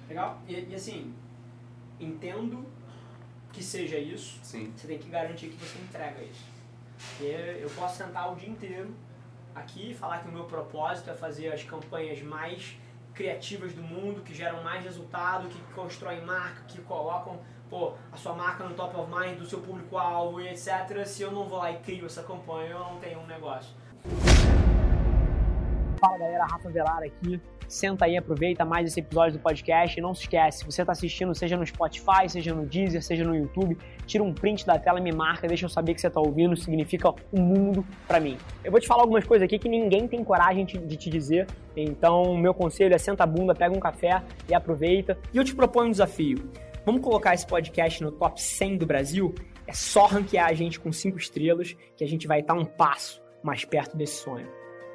Legal? E assim, entendo que seja isso, Sim. você tem que garantir que você entrega isso. Porque eu posso sentar o dia inteiro aqui e falar que o meu propósito é fazer as campanhas mais criativas do mundo, que geram mais resultado, que constroem marca, que colocam a sua marca no top of mind do seu público-alvo e etc. Se eu não vou lá e crio essa campanha, eu não tenho um negócio. Fala galera, Rafa Velar aqui. Senta aí, aproveita mais esse episódio do podcast e não se esquece, se você está assistindo, seja no Spotify, seja no Deezer, seja no YouTube, tira um print da tela e me marca, deixa eu saber que você está ouvindo, significa um mundo para mim. Eu vou te falar algumas coisas aqui que ninguém tem coragem de te dizer, então meu conselho é senta a bunda, pega um café e aproveita. E eu te proponho um desafio, vamos colocar esse podcast no top 100 do Brasil? É só ranquear a gente com 5 estrelas que a gente vai estar um passo mais perto desse sonho.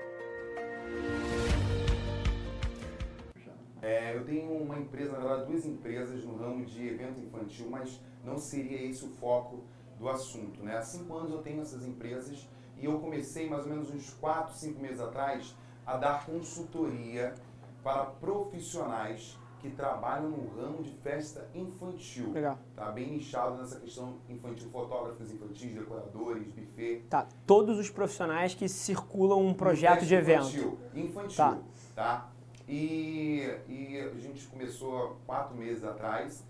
Eu tenho uma empresa, na verdade, 2 empresas no ramo de evento infantil, mas não seria esse o foco do assunto, né? Há 5 anos eu tenho essas empresas e eu comecei mais ou menos uns 4, 5 meses atrás a dar consultoria para profissionais que trabalham no ramo de festa infantil. Legal. Tá bem nichado nessa questão infantil, fotógrafos infantis, decoradores, buffet. Tá, todos os profissionais que circulam um projeto de evento. Infantil, tá? E a gente começou 4 meses atrás,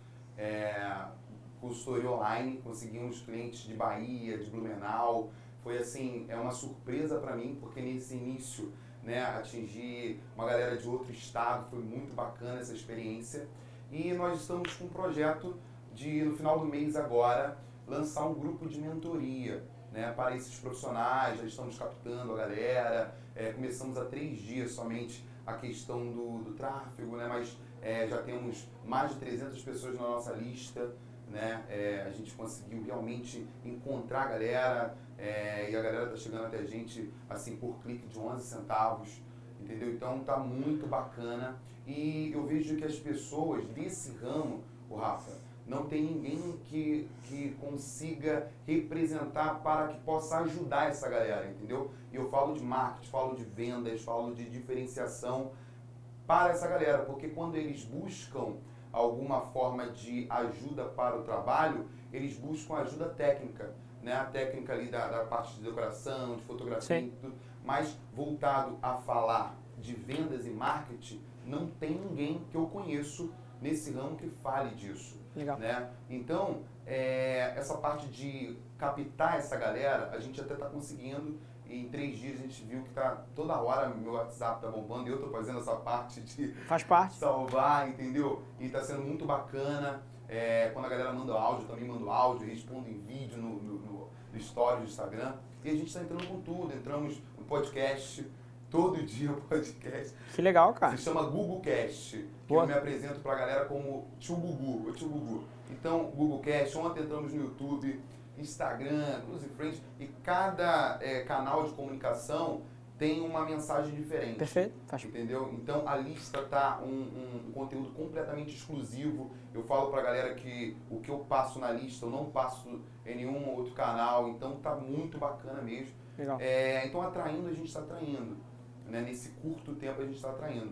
consultoria online, conseguimos clientes de Bahia, de Blumenau. Foi assim, é uma surpresa para mim, porque nesse início, né, atingir uma galera de outro estado, foi muito bacana essa experiência. E nós estamos com um projeto de, no final do mês agora, lançar um grupo de mentoria, né, para esses profissionais. Já estamos captando a galera, começamos há 3 dias somente a questão do tráfego, né, mas já temos mais de 300 pessoas na nossa lista, né, a gente conseguiu realmente encontrar a galera, e a galera está chegando até a gente assim por clique de 11 centavos, entendeu? Então tá muito bacana e eu vejo que as pessoas desse ramo, o Rafa, não tem ninguém que consiga representar para que possa ajudar essa galera, entendeu? E eu falo de marketing, falo de vendas, falo de diferenciação para essa galera, porque quando eles buscam alguma forma de ajuda para o trabalho, eles buscam ajuda técnica, né? A técnica ali da parte de decoração, de fotografia e tudo, mas voltado a falar de vendas e marketing, não tem ninguém que eu conheço nesse ramo que fale disso. Legal. Né? Então, essa parte de captar essa galera, a gente até está conseguindo. E em 3 dias a gente viu que tá toda hora meu WhatsApp tá bombando e eu tô fazendo essa parte de Faz parte. salvar, entendeu? E tá sendo muito bacana. Quando a galera manda áudio, eu também mando áudio, respondo em vídeo no stories do Instagram. E a gente tá entrando com tudo, entramos no podcast, todo dia o podcast. Que legal, cara. Se chama GuguCast, que eu me apresento pra galera como Tio Gugu. Então, GuguCast, ontem entramos no YouTube, Instagram, Close Friends, e cada canal de comunicação tem uma mensagem diferente. Perfeito. Entendeu? Então a lista tá um conteúdo completamente exclusivo. Eu falo pra galera que o que eu passo na lista eu não passo em nenhum outro canal, então tá muito bacana mesmo. Legal. Então atraindo, a gente está atraindo. Né? Nesse curto tempo a gente está atraindo.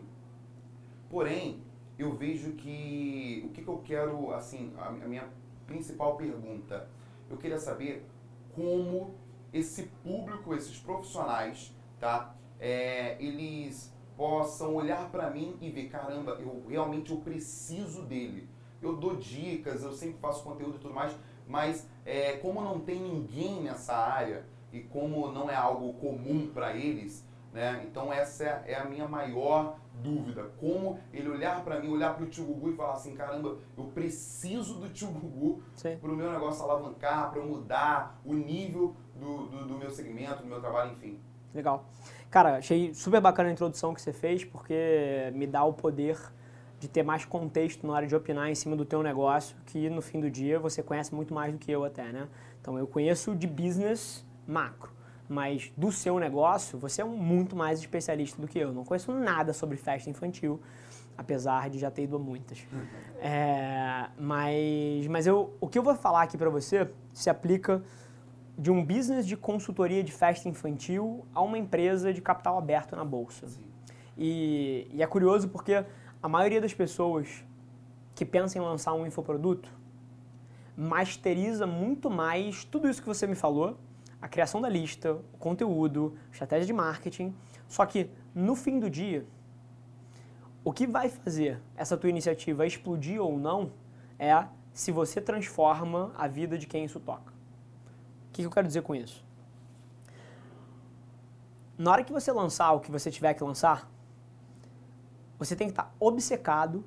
Porém, eu vejo que o que eu quero, assim, a minha principal pergunta, eu queria saber como esse público, esses profissionais, tá? Eles possam olhar para mim e ver, caramba, eu realmente preciso dele. Eu dou dicas, eu sempre faço conteúdo e tudo mais, mas como não tem ninguém nessa área e como não é algo comum para eles, né? Então essa é a minha maior dúvida. Como ele olhar para mim, olhar para o Tio Gugu e falar assim, caramba, eu preciso do Tio Gugu para o meu negócio alavancar, para eu mudar o nível do meu segmento, do meu trabalho, enfim. Legal. Cara, achei super bacana a introdução que você fez, porque me dá o poder de ter mais contexto na hora de opinar em cima do teu negócio, que no fim do dia você conhece muito mais do que eu até, né? Então eu conheço de business macro, mas do seu negócio você é muito mais especialista do que eu. Não conheço nada sobre festa infantil, apesar de já ter ido a muitas. Mas o que eu vou falar aqui pra você se aplica de um business de consultoria de festa infantil a uma empresa de capital aberto na bolsa. E é curioso porque a maioria das pessoas que pensa em lançar um infoproduto masteriza muito mais tudo isso que você me falou, a criação da lista, o conteúdo, a estratégia de marketing, só que no fim do dia, o que vai fazer essa tua iniciativa explodir ou não é se você transforma a vida de quem isso toca. O que eu quero dizer com isso? Na hora que você lançar o que você tiver que lançar, você tem que estar obcecado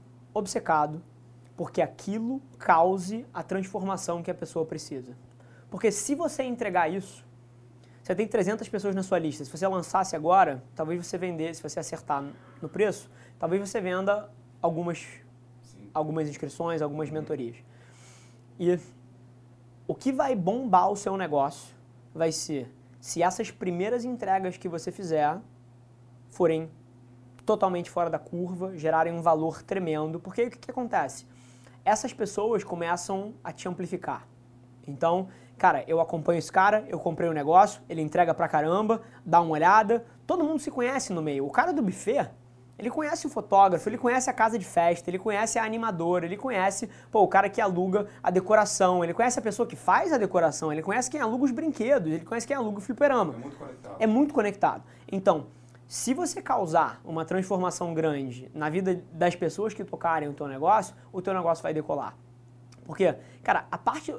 porque aquilo cause a transformação que a pessoa precisa. Porque se você entregar isso, você tem 300 pessoas na sua lista, se você lançasse agora, talvez você vendesse, se você acertar no preço, talvez você venda algumas inscrições, algumas mentorias. E o que vai bombar o seu negócio vai ser se essas primeiras entregas que você fizer forem totalmente fora da curva, gerarem um valor tremendo, porque aí o que acontece? Essas pessoas começam a te amplificar. Então, cara, eu acompanho esse cara, eu comprei um negócio, ele entrega pra caramba, dá uma olhada, todo mundo se conhece no meio. O cara do buffet, ele conhece o fotógrafo, ele conhece a casa de festa, ele conhece a animadora, ele conhece, o cara que aluga a decoração, ele conhece a pessoa que faz a decoração, ele conhece quem aluga os brinquedos, ele conhece quem aluga o fliperama. É muito conectado. É muito conectado. Então, se você causar uma transformação grande na vida das pessoas que tocarem o teu negócio vai decolar. Porque, cara, a parte...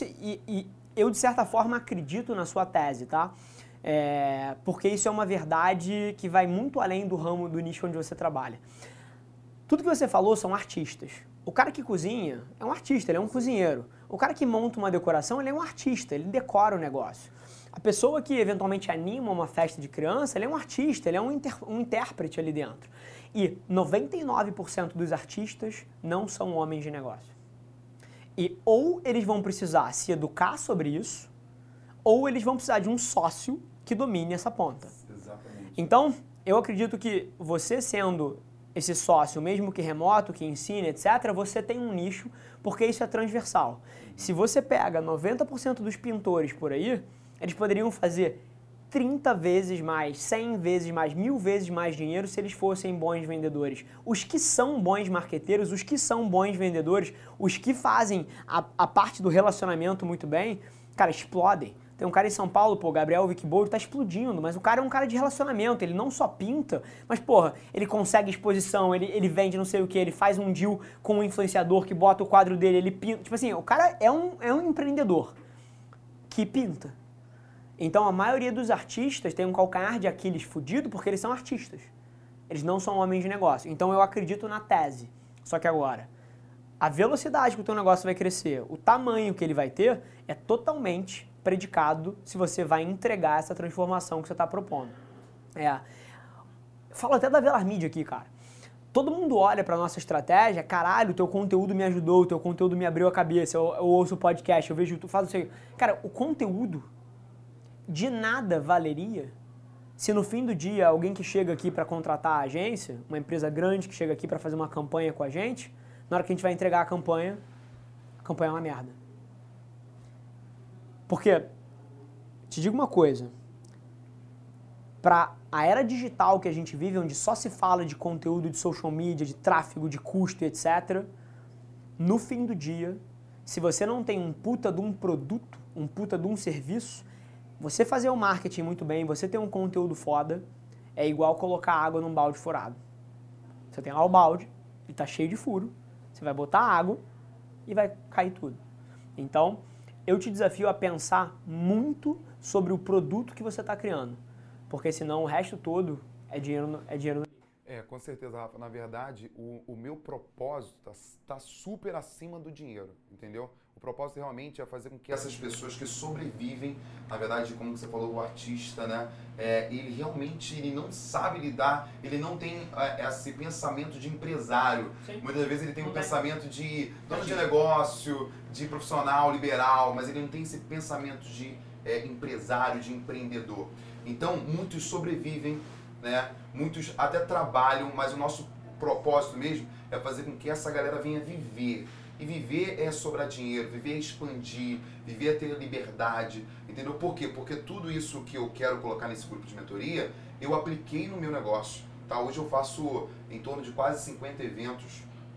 eu, de certa forma, acredito na sua tese, tá? Porque isso é uma verdade que vai muito além do ramo, do nicho onde você trabalha. Tudo que você falou são artistas. O cara que cozinha é um artista, ele é um cozinheiro. O cara que monta uma decoração, ele é um artista, ele decora o negócio. A pessoa que eventualmente anima uma festa de criança, ele é um artista, ele é um intérprete ali dentro. E 99% dos artistas não são homens de negócio. E ou eles vão precisar se educar sobre isso, ou eles vão precisar de um sócio que domine essa ponta. Exatamente. Então, eu acredito que você sendo esse sócio, mesmo que remoto, que ensine, etc., você tem um nicho, porque isso é transversal. Se você pega 90% dos pintores por aí, eles poderiam fazer 30 vezes mais, 100 vezes mais, 1000 vezes mais dinheiro se eles fossem bons vendedores. Os que são bons marqueteiros, os que são bons vendedores, os que fazem a parte do relacionamento muito bem, cara, explodem. Tem um cara em São Paulo, Gabriel Wickbold, tá explodindo, mas o cara é um cara de relacionamento, ele não só pinta, mas, ele consegue exposição, ele vende não sei o que, ele faz um deal com um influenciador que bota o quadro dele, ele pinta. Tipo assim, o cara é um empreendedor que pinta. Então, a maioria dos artistas tem um calcanhar de Aquiles fudido porque eles são artistas. Eles não são homens de negócio. Então, eu acredito na tese. Só que agora, a velocidade que o teu negócio vai crescer, o tamanho que ele vai ter, é totalmente predicado se você vai entregar essa transformação que você está propondo. Falo até da Velar Mídia aqui, cara. Todo mundo olha para nossa estratégia, caralho, o teu conteúdo me ajudou, o teu conteúdo me abriu a cabeça, eu ouço o podcast, eu vejo, tu faz isso aí. Cara, o conteúdo de nada valeria se no fim do dia alguém que chega aqui para contratar a agência, uma empresa grande que chega aqui para fazer uma campanha com a gente, na hora que a gente vai entregar a campanha é uma merda. Porque, te digo uma coisa, para a era digital que a gente vive, onde só se fala de conteúdo de social media, de tráfego, de custo, etc., no fim do dia, se você não tem um puta de um produto, um puta de um serviço, você fazer o marketing muito bem, você ter um conteúdo foda, é igual colocar água num balde furado. Você tem lá o balde, ele tá cheio de furo, você vai botar água e vai cair tudo. Então, eu te desafio a pensar muito sobre o produto que você está criando, porque senão o resto todo é dinheiro no lixo. Com certeza, Rafa. Na verdade, o meu propósito tá super acima do dinheiro, entendeu? O propósito realmente é fazer com que essas pessoas que sobrevivem, na verdade, como você falou, o artista, né? Ele realmente não sabe lidar, ele não tem esse pensamento de empresário. Sim. Muitas vezes ele tem um pensamento de dono de negócio, de profissional, liberal, mas ele não tem esse pensamento de empresário, de empreendedor. Então, muitos sobrevivem, né? Muitos até trabalham, mas o nosso propósito mesmo é fazer com que essa galera venha viver. E viver é sobrar dinheiro, viver é expandir, viver é ter liberdade, entendeu? Por quê? Porque tudo isso que eu quero colocar nesse grupo de mentoria, eu apliquei no meu negócio, tá? Hoje eu faço em torno de quase 50 eventos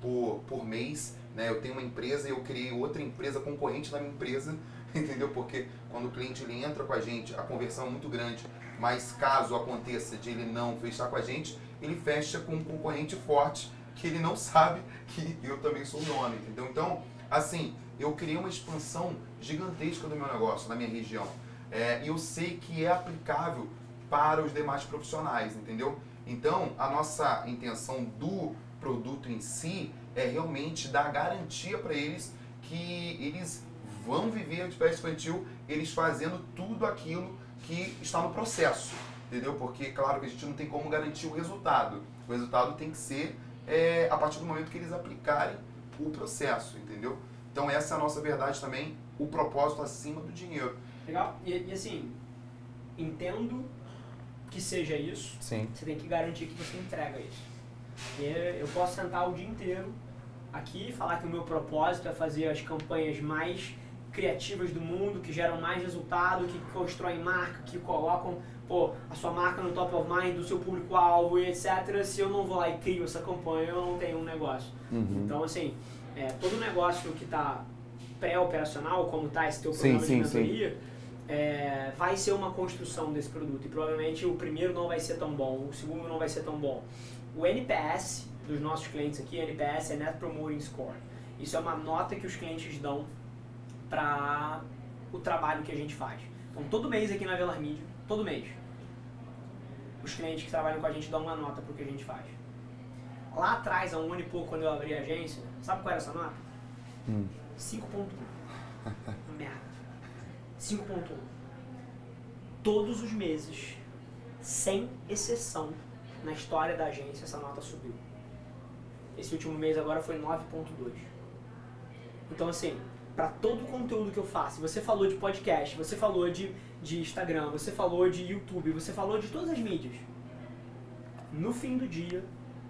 por mês, né? Eu tenho uma empresa e eu criei outra empresa concorrente da minha empresa, entendeu? Porque quando o cliente ele entra com a gente, a conversão é muito grande, mas caso aconteça de ele não fechar com a gente, ele fecha com um concorrente forte que ele não sabe que eu também sou o nome, entendeu? Então, assim, eu criei uma expansão gigantesca do meu negócio, na minha região. E eu sei que é aplicável para os demais profissionais, entendeu? Então, a nossa intenção do produto em si é realmente dar garantia para eles que eles vão viver a atividade infantil, eles fazendo tudo aquilo que está no processo, entendeu? Porque, claro, que a gente não tem como garantir o resultado. O resultado tem que ser a partir do momento que eles aplicarem o processo, entendeu? Então, essa é a nossa verdade também, o propósito acima do dinheiro. Legal. E assim, entendo que seja isso, Sim. você tem que garantir que você entrega isso. Porque eu posso sentar o dia inteiro aqui e falar que o meu propósito é fazer as campanhas mais criativas do mundo, que geram mais resultado, que constroem marca, que colocam a sua marca no top of mind do seu público-alvo e etc. Se eu não vou lá e crio essa campanha, eu não tenho um negócio. Uhum. Então, assim, todo negócio que está pré-operacional, como está esse teu programa de mentoria, vai ser uma construção desse produto. E provavelmente o primeiro não vai ser tão bom, o segundo não vai ser tão bom. O NPS dos nossos clientes aqui, NPS é Net Promoting Score. Isso é uma nota que os clientes dão para o trabalho que a gente faz. Então, todo mês aqui na Velar Mídia, todo mês, os clientes que trabalham com a gente dão uma nota para o que a gente faz. Lá atrás, há um ano e pouco, quando eu abri a agência, sabe qual era essa nota? 5.1. Merda. 5.1. Todos os meses, sem exceção, na história da agência, essa nota subiu. Esse último mês agora foi 9.2. Então, assim, para todo o conteúdo que eu faço, você falou de podcast, você falou de Instagram, você falou de YouTube, você falou de todas as mídias. No fim do dia,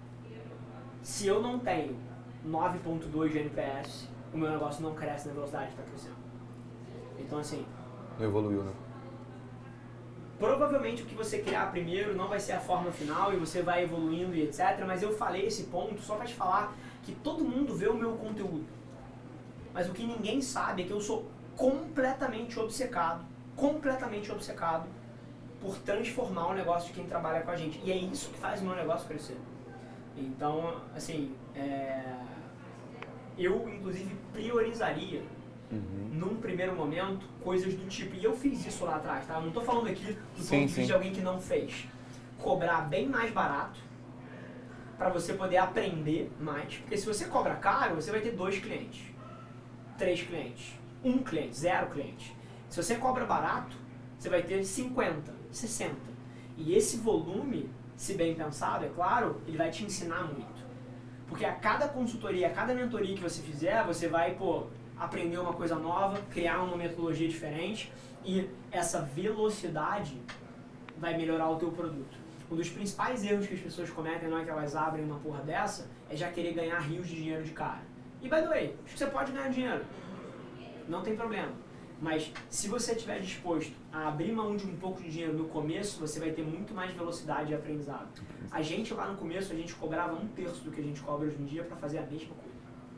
se eu não tenho 9.2 de NPS, o meu negócio não cresce na velocidade que está crescendo. Então, assim... Não evoluiu, né? Provavelmente o que você criar primeiro não vai ser a forma final e você vai evoluindo e etc. Mas eu falei esse ponto só para te falar que todo mundo vê o meu conteúdo. Mas o que ninguém sabe é que eu sou completamente obcecado por transformar o negócio de quem trabalha com a gente. E é isso que faz o meu negócio crescer. Então, assim, eu inclusive priorizaria num primeiro momento, coisas do tipo, e eu fiz isso lá atrás, tá? Eu não tô falando aqui do ponto de vista de alguém que não fez. Cobrar bem mais barato para você poder aprender mais, porque se você cobra caro, você vai ter 2 clientes, 3 clientes, 1 cliente, 0 cliente. Se você cobra barato, você vai ter 50, 60. E esse volume, se bem pensado, é claro, ele vai te ensinar muito. Porque a cada consultoria, a cada mentoria que você fizer, você vai, aprender uma coisa nova, criar uma metodologia diferente e essa velocidade vai melhorar o teu produto. Um dos principais erros que as pessoas cometem na hora que elas abrem uma porra dessa é já querer ganhar rios de dinheiro de cara. E by the way, acho que você pode ganhar dinheiro, não tem problema. Mas se você estiver disposto a abrir mão de um pouco de dinheiro no começo, você vai ter muito mais velocidade de aprendizado. A gente lá no começo, a gente cobrava 1/3 do que a gente cobra hoje em dia para fazer a mesma coisa.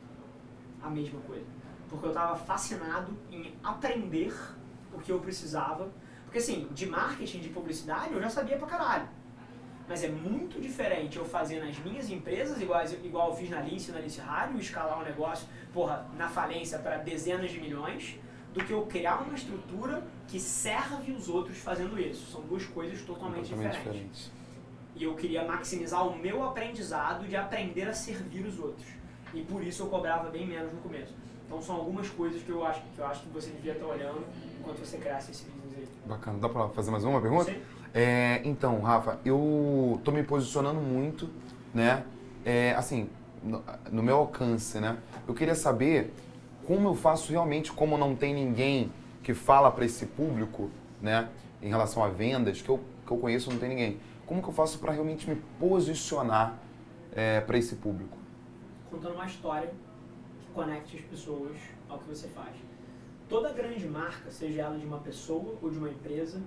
A mesma coisa. Porque eu estava fascinado em aprender o que eu precisava. Porque assim, de marketing, de publicidade, eu já sabia pra caralho. Mas é muito diferente eu fazer nas minhas empresas, igual eu fiz na Lince Rádio, escalar um negócio, na falência para dezenas de milhões, do que eu criar uma estrutura que serve os outros fazendo isso. São duas coisas totalmente diferentes. E eu queria maximizar o meu aprendizado de aprender a servir os outros. E por isso eu cobrava bem menos no começo. Então são algumas coisas que eu acho que você devia estar olhando enquanto você cresce esse business aí. Bacana. Dá pra fazer mais uma pergunta? Sim. Então, Rafa, eu tô me posicionando muito, né? Assim, no meu alcance, né? Eu queria saber como eu faço realmente, como não tem ninguém que fala para esse público, né? Em relação a vendas, que eu conheço, não tem ninguém. Como que eu faço para realmente me posicionar para esse público? Contando uma história que conecte as pessoas ao que você faz. Toda grande marca, seja ela de uma pessoa ou de uma empresa,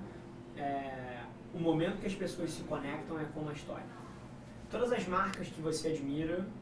o momento que as pessoas se conectam é com uma história. Todas as marcas que você admira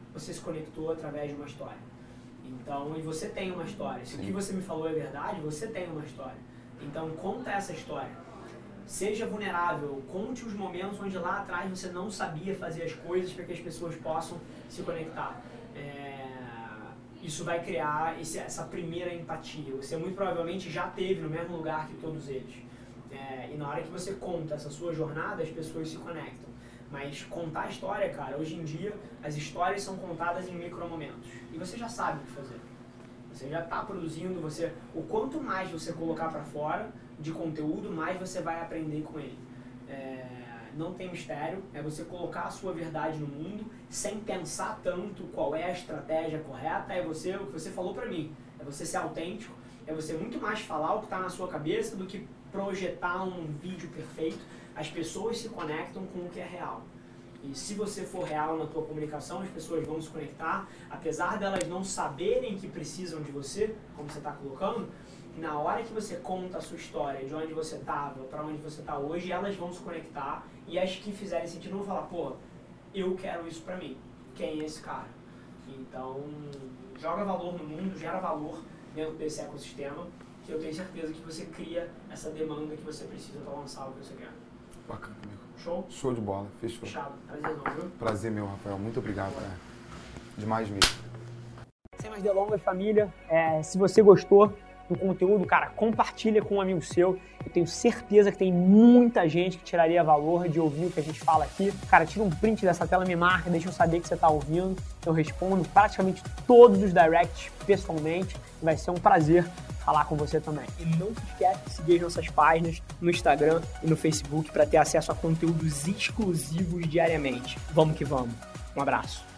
você se conectou através de uma história. Então, e você tem uma história. Se o que você me falou é verdade, você tem uma história. Então, conta essa história. Seja vulnerável, conte os momentos onde lá atrás você não sabia fazer as coisas para que as pessoas possam se conectar. Isso vai criar essa primeira empatia. Você muito provavelmente já esteve no mesmo lugar que todos eles. E na hora que você conta essa sua jornada, as pessoas se conectam. Mas contar a história, cara, hoje em dia as histórias são contadas em micromomentos. E você já sabe o que fazer. Você já está produzindo, o quanto mais você colocar para fora de conteúdo, mais você vai aprender com ele. Não tem mistério, é você colocar a sua verdade no mundo sem pensar tanto qual é a estratégia correta, o que você falou para mim, é você ser autêntico, é você muito mais falar o que está na sua cabeça do que projetar um vídeo perfeito. As pessoas se conectam com o que é real. E se você for real na tua comunicação, as pessoas vão se conectar, apesar delas não saberem que precisam de você, como você está colocando, na hora que você conta a sua história, de onde você estava, para onde você está hoje, elas vão se conectar e as que fizerem sentido vão falar, pô, eu quero isso para mim. Quem é esse cara? Então, joga valor no mundo, gera valor dentro desse ecossistema, que eu tenho certeza que você cria essa demanda que você precisa para lançar o que você quer. Bacana, amigo. Show? Show de bola. Fechou. Fechado. Prazerzão, viu? Prazer meu, Rafael. Muito obrigado, cara. Demais mesmo. Sem mais delongas, família, se você gostou do conteúdo, cara, compartilha com um amigo seu. Eu tenho certeza que tem muita gente que tiraria valor de ouvir o que a gente fala aqui. Cara, tira um print dessa tela, me marca, deixa eu saber que você está ouvindo. Eu respondo praticamente todos os directs pessoalmente. Vai ser um prazer falar com você também. E não se esquece de seguir as nossas páginas no Instagram e no Facebook para ter acesso a conteúdos exclusivos diariamente. Vamos que vamos. Um abraço.